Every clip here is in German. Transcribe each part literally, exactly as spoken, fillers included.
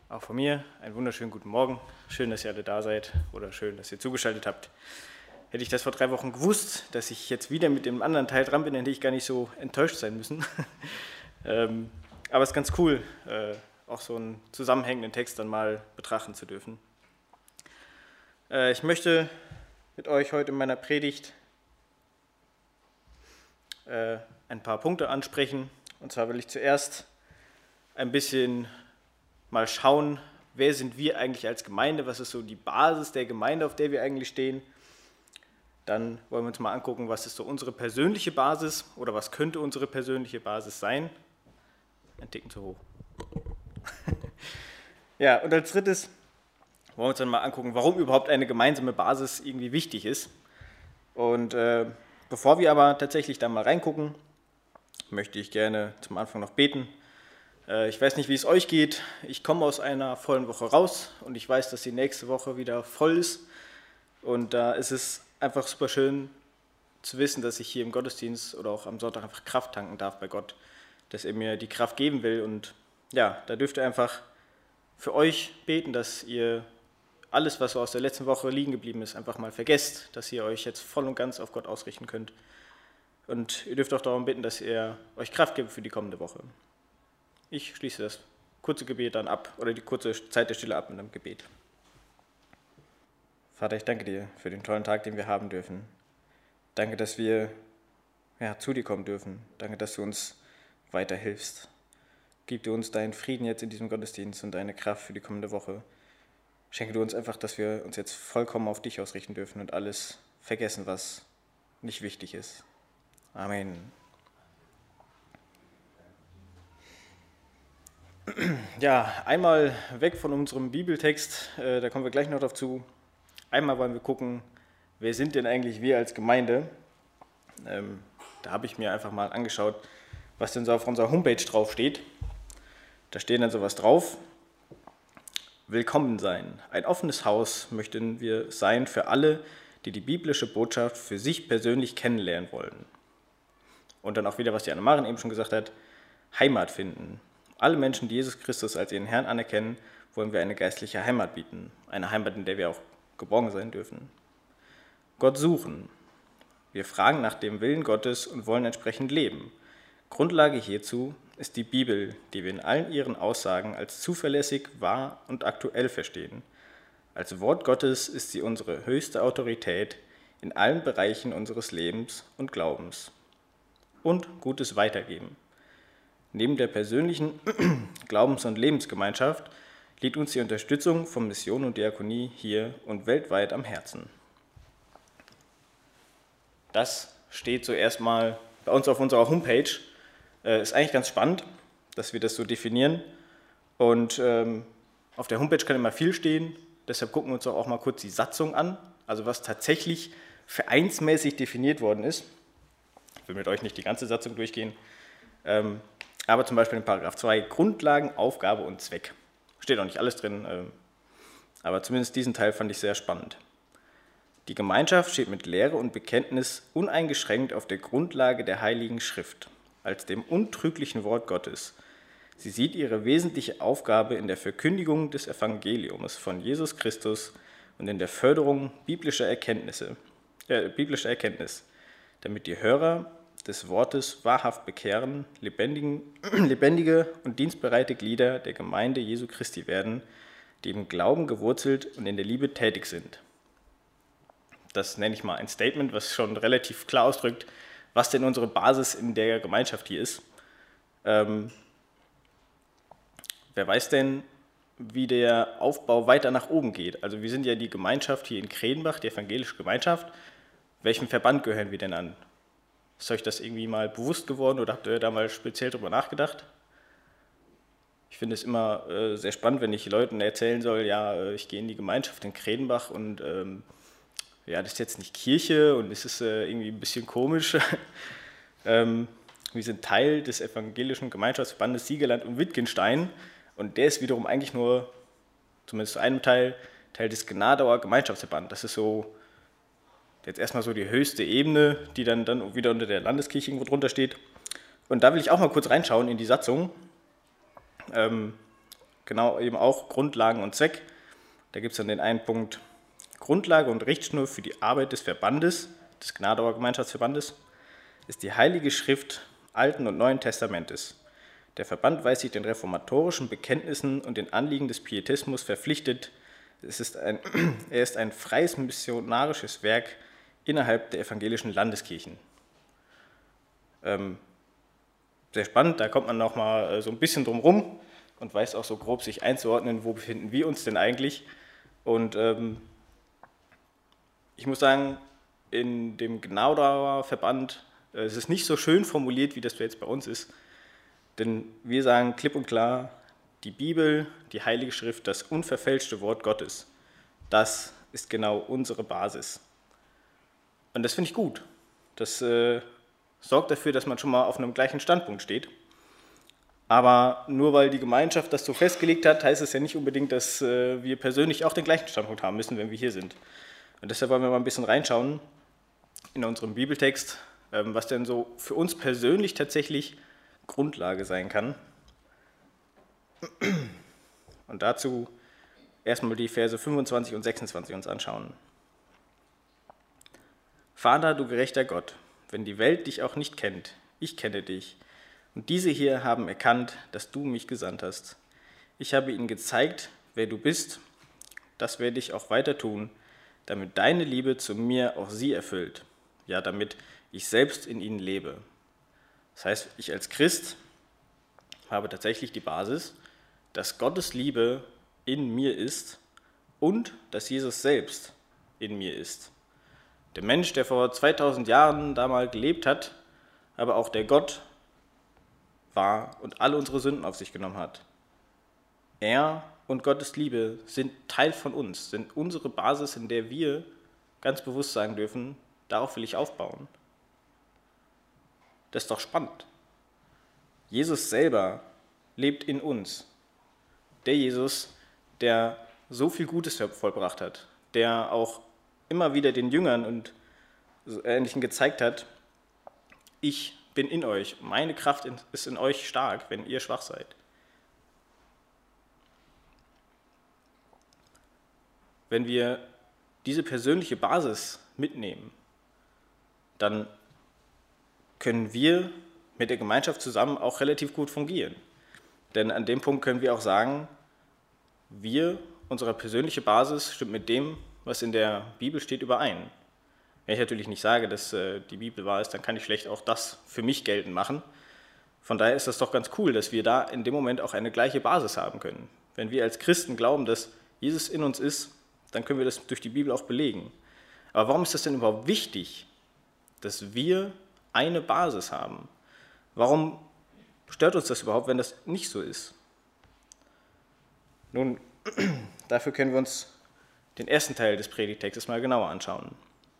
Auch von mir einen wunderschönen guten Morgen. Schön, dass ihr alle da seid oder schön, dass ihr zugeschaltet habt. Hätte ich das vor drei Wochen gewusst, dass ich jetzt wieder mit dem anderen Teil dran bin, dann hätte ich gar nicht so enttäuscht sein müssen. ähm, aber es ist ganz cool, äh, auch so einen zusammenhängenden Text dann mal betrachten zu dürfen. Äh, ich möchte mit euch heute in meiner Predigt äh, ein paar Punkte ansprechen. Und zwar will ich zuerst ein bisschen mal schauen, wer sind wir eigentlich als Gemeinde, was ist so die Basis der Gemeinde, auf der wir eigentlich stehen. Dann wollen wir uns mal angucken, was ist so unsere persönliche Basis oder was könnte unsere persönliche Basis sein. Ein Ticken zu hoch. Ja, und als drittes wollen wir uns dann mal angucken, warum überhaupt eine gemeinsame Basis irgendwie wichtig ist. Und äh, bevor wir aber tatsächlich da mal reingucken, möchte ich gerne zum Anfang noch beten. Ich weiß nicht, wie es euch geht. Ich komme aus einer vollen Woche raus und ich weiß, dass die nächste Woche wieder voll ist. Und da ist es einfach super schön zu wissen, dass ich hier im Gottesdienst oder auch am Sonntag einfach Kraft tanken darf bei Gott, dass er mir die Kraft geben will. Und ja, da dürft ihr einfach für euch beten, dass ihr alles, was so aus der letzten Woche liegen geblieben ist, einfach mal vergesst, dass ihr euch jetzt voll und ganz auf Gott ausrichten könnt. Und ihr dürft auch darum bitten, dass er euch Kraft gibt für die kommende Woche. Ich schließe das kurze Gebet dann ab, oder die kurze Zeit der Stille ab mit einem Gebet. Vater, ich danke dir für den tollen Tag, den wir haben dürfen. Danke, dass wir ja, zu dir kommen dürfen. Danke, dass du uns weiterhilfst. Gib dir uns deinen Frieden jetzt in diesem Gottesdienst und deine Kraft für die kommende Woche. Schenke du uns einfach, dass wir uns jetzt vollkommen auf dich ausrichten dürfen und alles vergessen, was nicht wichtig ist. Amen. Ja, einmal weg von unserem Bibeltext, äh, da kommen wir gleich noch drauf zu. Einmal wollen wir gucken, wer sind denn eigentlich wir als Gemeinde? Ähm, da habe ich mir einfach mal angeschaut, was denn so auf unserer Homepage drauf steht. Da steht dann sowas drauf. Willkommen sein. Ein offenes Haus möchten wir sein für alle, die die biblische Botschaft für sich persönlich kennenlernen wollen. Und dann auch wieder, was die Anne-Maren eben schon gesagt hat, Heimat finden. Alle Menschen, die Jesus Christus als ihren Herrn anerkennen, wollen wir eine geistliche Heimat bieten. Eine Heimat, in der wir auch geborgen sein dürfen. Gott suchen. Wir fragen nach dem Willen Gottes und wollen entsprechend leben. Grundlage hierzu ist die Bibel, die wir in allen ihren Aussagen als zuverlässig, wahr und aktuell verstehen. Als Wort Gottes ist sie unsere höchste Autorität in allen Bereichen unseres Lebens und Glaubens. Und gutes Weitergeben. Neben der persönlichen Glaubens- und Lebensgemeinschaft liegt uns die Unterstützung von Mission und Diakonie hier und weltweit am Herzen. Das steht so erstmal bei uns auf unserer Homepage. Äh, ist eigentlich ganz spannend, dass wir das so definieren. Und ähm, auf der Homepage kann immer viel stehen. Deshalb gucken wir uns auch mal kurz die Satzung an, also was tatsächlich vereinsmäßig definiert worden ist. Ich will mit euch nicht die ganze Satzung durchgehen. Ähm, Aber zum Beispiel in Paragraph zwei, Grundlagen, Aufgabe und Zweck. Steht auch nicht alles drin, aber zumindest diesen Teil fand ich sehr spannend. Die Gemeinschaft steht mit Lehre und Bekenntnis uneingeschränkt auf der Grundlage der Heiligen Schrift, als dem untrüglichen Wort Gottes. Sie sieht ihre wesentliche Aufgabe in der Verkündigung des Evangeliums von Jesus Christus und in der Förderung biblischer Erkenntnisse, äh, biblischer Erkenntnis, damit die Hörer des Wortes wahrhaft bekehren, lebendige und dienstbereite Glieder der Gemeinde Jesu Christi werden, die im Glauben gewurzelt und in der Liebe tätig sind. Das nenne ich mal ein Statement, was schon relativ klar ausdrückt, was denn unsere Basis in der Gemeinschaft hier ist. Ähm, wer weiß denn, wie der Aufbau weiter nach oben geht? Also wir sind ja die Gemeinschaft hier in Krenbach, die evangelische Gemeinschaft. Welchem Verband gehören wir denn an? Ist euch das irgendwie mal bewusst geworden oder habt ihr da mal speziell drüber nachgedacht? Ich finde es immer äh, sehr spannend, wenn ich Leuten erzählen soll, ja, äh, ich gehe in die Gemeinschaft in Krenbach und ähm, ja, das ist jetzt nicht Kirche und es ist äh, irgendwie ein bisschen komisch. ähm, wir sind Teil des evangelischen Gemeinschaftsverbandes Siegerland und Wittgenstein und der ist wiederum eigentlich nur, zumindest zu einem Teil, Teil des Gnadauer Gemeinschaftsverbandes. Das ist so jetzt erstmal so die höchste Ebene, die dann, dann wieder unter der Landeskirche irgendwo drunter steht. Und da will ich auch mal kurz reinschauen in die Satzung. Ähm, genau eben auch Grundlagen und Zweck. Da gibt es dann den einen Punkt Grundlage und Richtschnur für die Arbeit des Verbandes, des Gnadauer Gemeinschaftsverbandes, ist die Heilige Schrift Alten und Neuen Testamentes. Der Verband weiß sich den reformatorischen Bekenntnissen und den Anliegen des Pietismus verpflichtet. Es ist ein, er ist ein freies missionarisches Werk innerhalb der evangelischen Landeskirchen. Ähm, sehr spannend, da kommt man nochmal so ein bisschen drum rum und weiß auch so grob sich einzuordnen, wo befinden wir uns denn eigentlich. Und ähm, ich muss sagen, in dem Gnadauer Verband äh, es ist nicht so schön formuliert, wie das jetzt bei uns ist. Denn wir sagen klipp und klar, die Bibel, die Heilige Schrift, das unverfälschte Wort Gottes, das ist genau unsere Basis. Und das finde ich gut. Das äh, sorgt dafür, dass man schon mal auf einem gleichen Standpunkt steht. Aber nur weil die Gemeinschaft das so festgelegt hat, heißt es ja nicht unbedingt, dass äh, wir persönlich auch den gleichen Standpunkt haben müssen, wenn wir hier sind. Und deshalb wollen wir mal ein bisschen reinschauen in unserem Bibeltext, ähm, was denn so für uns persönlich tatsächlich Grundlage sein kann. Und dazu erstmal die Verse fünfundzwanzig und sechsundzwanzig uns anschauen. Vater, du gerechter Gott, wenn die Welt dich auch nicht kennt, ich kenne dich. Und diese hier haben erkannt, dass du mich gesandt hast. Ich habe ihnen gezeigt, wer du bist. Das werde ich auch weiter tun, damit deine Liebe zu mir auch sie erfüllt. Ja, damit ich selbst in ihnen lebe. Das heißt, ich als Christ habe tatsächlich die Basis, dass Gottes Liebe in mir ist und dass Jesus selbst in mir ist. Der Mensch, der vor zweitausend Jahren da mal gelebt hat, aber auch der Gott war und alle unsere Sünden auf sich genommen hat. Er und Gottes Liebe sind Teil von uns, sind unsere Basis, in der wir ganz bewusst sagen dürfen, darauf will ich aufbauen. Das ist doch spannend. Jesus selber lebt in uns. Der Jesus, der so viel Gutes vollbracht hat, der auch immer wieder den Jüngern und Ähnlichen gezeigt hat, ich bin in euch, meine Kraft ist in euch stark, wenn ihr schwach seid. Wenn wir diese persönliche Basis mitnehmen, dann können wir mit der Gemeinschaft zusammen auch relativ gut fungieren. Denn an dem Punkt können wir auch sagen, wir, unsere persönliche Basis stimmt mit dem, was in der Bibel steht, überein. Wenn ich natürlich nicht sage, dass äh, die Bibel wahr ist, dann kann ich schlecht auch das für mich geltend machen. Von daher ist das doch ganz cool, dass wir da in dem Moment auch eine gleiche Basis haben können. Wenn wir als Christen glauben, dass Jesus in uns ist, dann können wir das durch die Bibel auch belegen. Aber warum ist das denn überhaupt wichtig, dass wir eine Basis haben? Warum stört uns das überhaupt, wenn das nicht so ist? Nun, dafür können wir uns den ersten Teil des Predigtextes mal genauer anschauen.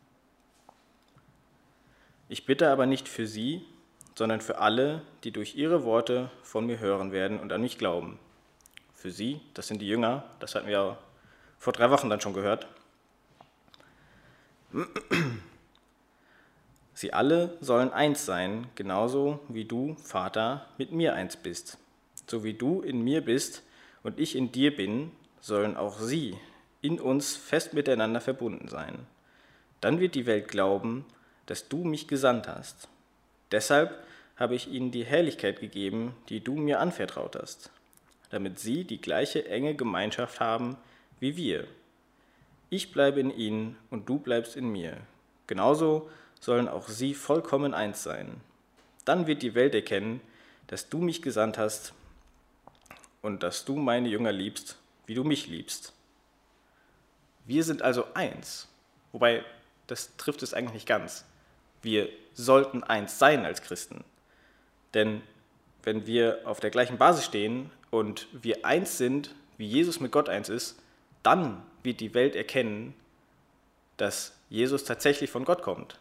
Ich bitte aber nicht für sie, sondern für alle, die durch ihre Worte von mir hören werden und an mich glauben. Für sie, das sind die Jünger, das hatten wir ja vor drei Wochen dann schon gehört. Sie alle sollen eins sein, genauso wie du, Vater, mit mir eins bist. So wie du in mir bist und ich in dir bin, sollen auch sie in uns fest miteinander verbunden sein. Dann wird die Welt glauben, dass du mich gesandt hast. Deshalb habe ich ihnen die Herrlichkeit gegeben, die du mir anvertraut hast, damit sie die gleiche enge Gemeinschaft haben wie wir. Ich bleibe in ihnen und du bleibst in mir. Genauso sollen auch sie vollkommen eins sein. Dann wird die Welt erkennen, dass du mich gesandt hast und dass du meine Jünger liebst, wie du mich liebst. Wir sind also eins, wobei das trifft es eigentlich nicht ganz. Wir sollten eins sein als Christen, denn wenn wir auf der gleichen Basis stehen und wir eins sind, wie Jesus mit Gott eins ist, dann wird die Welt erkennen, dass Jesus tatsächlich von Gott kommt.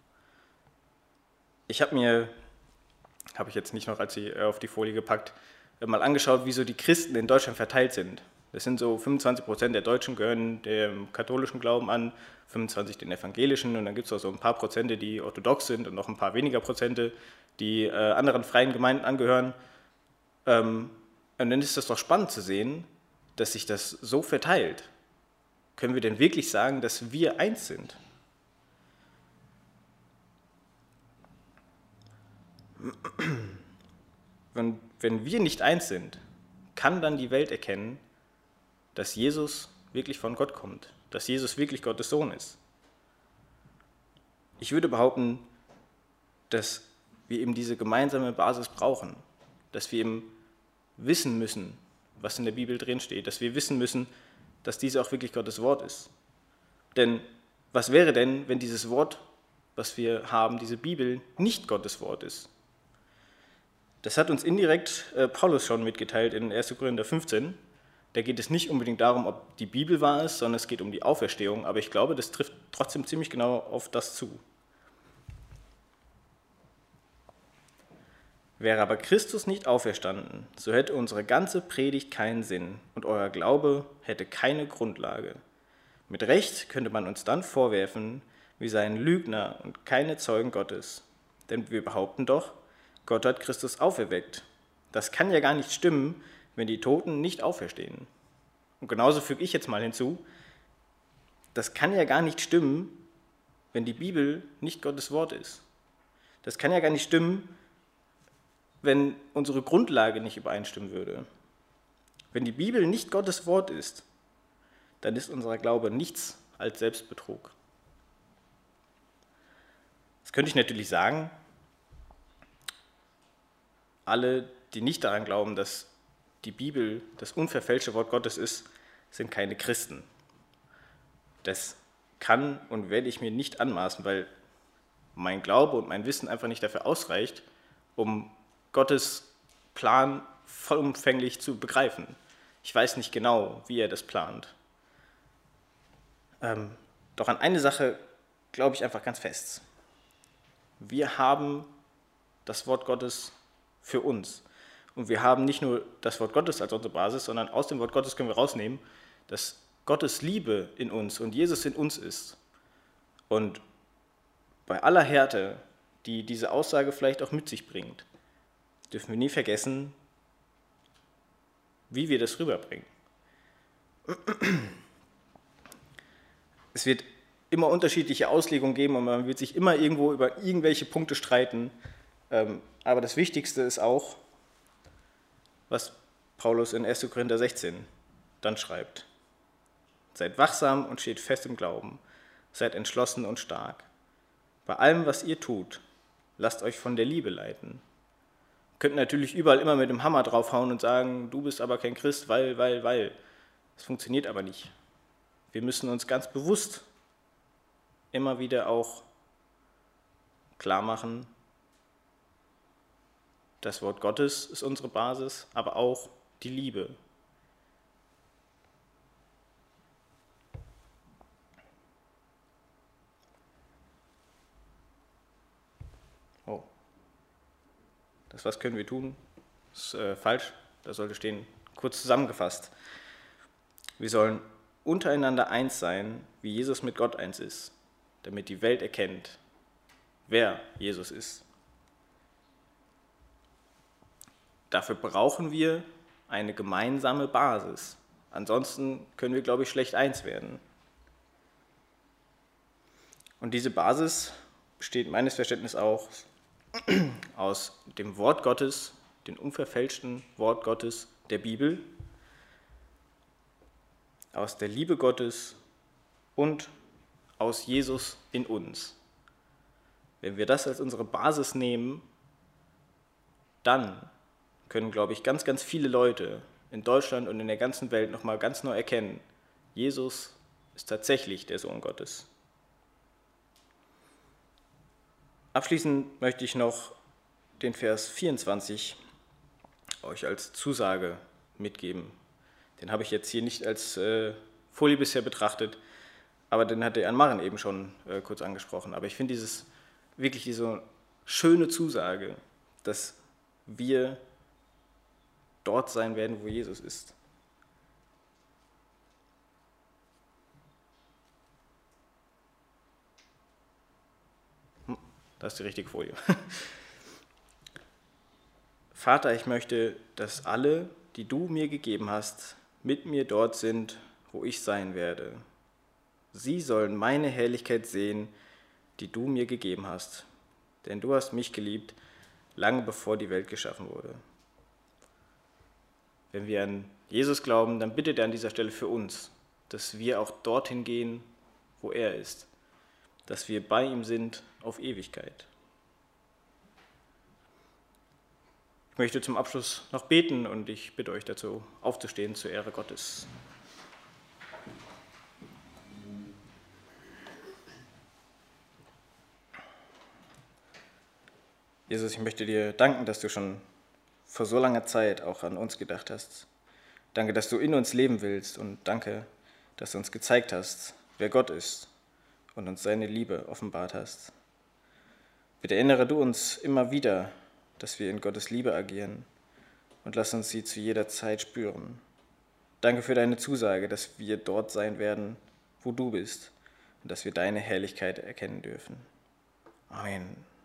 Ich habe mir, habe ich jetzt nicht noch als ich auf die Folie gepackt, mal angeschaut, wie so die Christen in Deutschland verteilt sind. Das sind so fünfundzwanzig Prozent der Deutschen gehören dem katholischen Glauben an, fünfundzwanzig den evangelischen und dann gibt es auch so ein paar Prozente, die orthodox sind und noch ein paar weniger Prozente, die äh, anderen freien Gemeinden angehören. Ähm, Und dann ist das doch spannend zu sehen, dass sich das so verteilt. Können wir denn wirklich sagen, dass wir eins sind? Wenn, wenn wir nicht eins sind, kann dann die Welt erkennen, dass Jesus wirklich von Gott kommt, dass Jesus wirklich Gottes Sohn ist. Ich würde behaupten, dass wir eben diese gemeinsame Basis brauchen, dass wir eben wissen müssen, was in der Bibel drin steht, dass wir wissen müssen, dass diese auch wirklich Gottes Wort ist. Denn was wäre denn, wenn dieses Wort, was wir haben, diese Bibel, nicht Gottes Wort ist? Das hat uns indirekt äh, Paulus schon mitgeteilt in erster Korinther fünfzehn. Da geht es nicht unbedingt darum, ob die Bibel wahr ist, sondern es geht um die Auferstehung. Aber ich glaube, das trifft trotzdem ziemlich genau auf das zu. Wäre aber Christus nicht auferstanden, so hätte unsere ganze Predigt keinen Sinn und euer Glaube hätte keine Grundlage. Mit Recht könnte man uns dann vorwerfen, wir seien Lügner und keine Zeugen Gottes. Denn wir behaupten doch, Gott hat Christus auferweckt. Das kann ja gar nicht stimmen, wenn die Toten nicht auferstehen. Und genauso füge ich jetzt mal hinzu, das kann ja gar nicht stimmen, wenn die Bibel nicht Gottes Wort ist. Das kann ja gar nicht stimmen, wenn unsere Grundlage nicht übereinstimmen würde. Wenn die Bibel nicht Gottes Wort ist, dann ist unser Glaube nichts als Selbstbetrug. Das könnte ich natürlich sagen, alle, die nicht daran glauben, dass die Bibel das unverfälschte Wort Gottes ist, sind keine Christen. Das kann und werde ich mir nicht anmaßen, weil mein Glaube und mein Wissen einfach nicht dafür ausreicht, um Gottes Plan vollumfänglich zu begreifen. Ich weiß nicht genau, wie er das plant. Ähm, doch an eine Sache glaube ich einfach ganz fest. Wir haben das Wort Gottes für uns. Und wir haben nicht nur das Wort Gottes als unsere Basis, sondern aus dem Wort Gottes können wir rausnehmen, dass Gottes Liebe in uns und Jesus in uns ist. Und bei aller Härte, die diese Aussage vielleicht auch mit sich bringt, dürfen wir nie vergessen, wie wir das rüberbringen. Es wird immer unterschiedliche Auslegungen geben und man wird sich immer irgendwo über irgendwelche Punkte streiten. Aber das Wichtigste ist auch, was Paulus in erster Korinther sechzehn dann schreibt. Seid wachsam und steht fest im Glauben. Seid entschlossen und stark. Bei allem, was ihr tut, lasst euch von der Liebe leiten. Ihr könnt natürlich überall immer mit dem Hammer draufhauen und sagen, du bist aber kein Christ, weil, weil, weil. Das funktioniert aber nicht. Wir müssen uns ganz bewusst immer wieder auch klar machen, das Wort Gottes ist unsere Basis, aber auch die Liebe. Oh. Das, was können wir tun, ist äh, falsch. Da sollte stehen, kurz zusammengefasst. Wir sollen untereinander eins sein, wie Jesus mit Gott eins ist, damit die Welt erkennt, wer Jesus ist. Dafür brauchen wir eine gemeinsame Basis. Ansonsten können wir, glaube ich, schlecht eins werden. Und diese Basis besteht meines Verständnisses auch aus dem Wort Gottes, dem unverfälschten Wort Gottes der Bibel, aus der Liebe Gottes und aus Jesus in uns. Wenn wir das als unsere Basis nehmen, dann können, glaube ich, ganz, ganz viele Leute in Deutschland und in der ganzen Welt nochmal ganz neu erkennen, Jesus ist tatsächlich der Sohn Gottes. Abschließend möchte ich noch den Vers vierundzwanzig euch als Zusage mitgeben. Den habe ich jetzt hier nicht als äh, Folie bisher betrachtet, aber den hat der Jan Marren eben schon äh, kurz angesprochen. Aber ich finde dieses wirklich diese schöne Zusage, dass wir dort sein werden, wo Jesus ist. Hm, das ist die richtige Folie. Vater, ich möchte, dass alle, die du mir gegeben hast, mit mir dort sind, wo ich sein werde. Sie sollen meine Herrlichkeit sehen, die du mir gegeben hast, denn du hast mich geliebt, lange bevor die Welt geschaffen wurde. Wenn wir an Jesus glauben, dann bittet er an dieser Stelle für uns, dass wir auch dorthin gehen, wo er ist, dass wir bei ihm sind auf Ewigkeit. Ich möchte zum Abschluss noch beten und ich bitte euch dazu, aufzustehen zur Ehre Gottes. Jesus, ich möchte dir danken, dass du schon vor so langer Zeit auch an uns gedacht hast. Danke, dass du in uns leben willst und danke, dass du uns gezeigt hast, wer Gott ist und uns seine Liebe offenbart hast. Bitte erinnere du uns immer wieder, dass wir in Gottes Liebe agieren und lass uns sie zu jeder Zeit spüren. Danke für deine Zusage, dass wir dort sein werden, wo du bist und dass wir deine Herrlichkeit erkennen dürfen. Amen.